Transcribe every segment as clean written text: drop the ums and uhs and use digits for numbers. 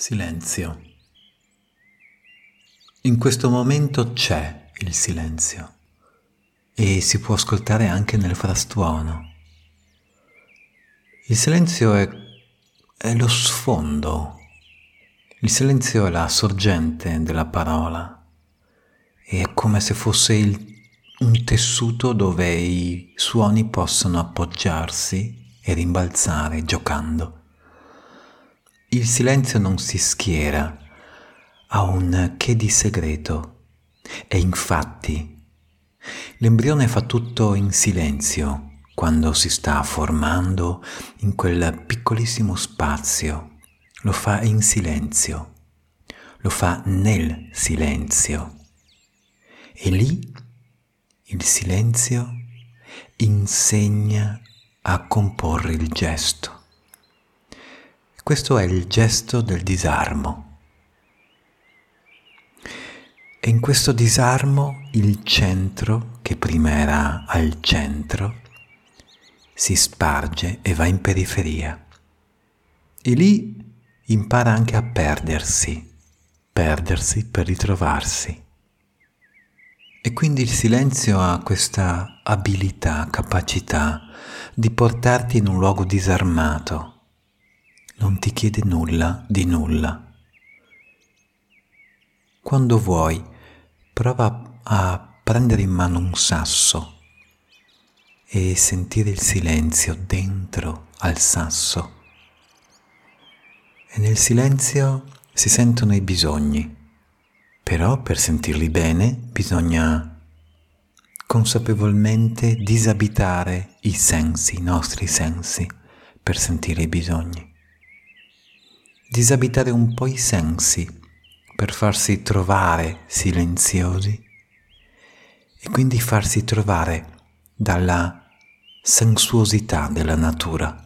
Silenzio. In questo momento c'è il silenzio e si può ascoltare anche nel frastuono. Il silenzio è lo sfondo, il silenzio è la sorgente della parola, è come se fosse un tessuto dove i suoni possono appoggiarsi e rimbalzare giocando. Il silenzio non si schiera, ha un che di segreto e infatti l'embrione fa tutto in silenzio quando si sta formando in quel piccolissimo spazio, lo fa in silenzio, lo fa nel silenzio e lì il silenzio insegna a comporre il gesto. Questo è il gesto del disarmo. E in questo disarmo il centro, che prima era al centro, si sparge e va in periferia. E lì impara anche a perdersi per ritrovarsi. E quindi il silenzio ha questa abilità, capacità di portarti in un luogo disarmato. Non ti chiede nulla di nulla. Quando vuoi, prova a prendere in mano un sasso e sentire il silenzio dentro al sasso. E nel silenzio si sentono i bisogni, però per sentirli bene bisogna consapevolmente disabitare i sensi, i nostri sensi, per sentire i bisogni. Disabitare un po' i sensi per farsi trovare silenziosi e quindi farsi trovare dalla sensuosità della natura.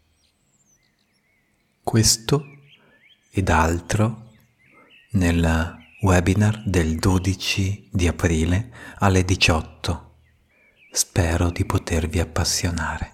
Questo ed altro nel webinar del 12 di aprile alle 18. Spero di potervi appassionare.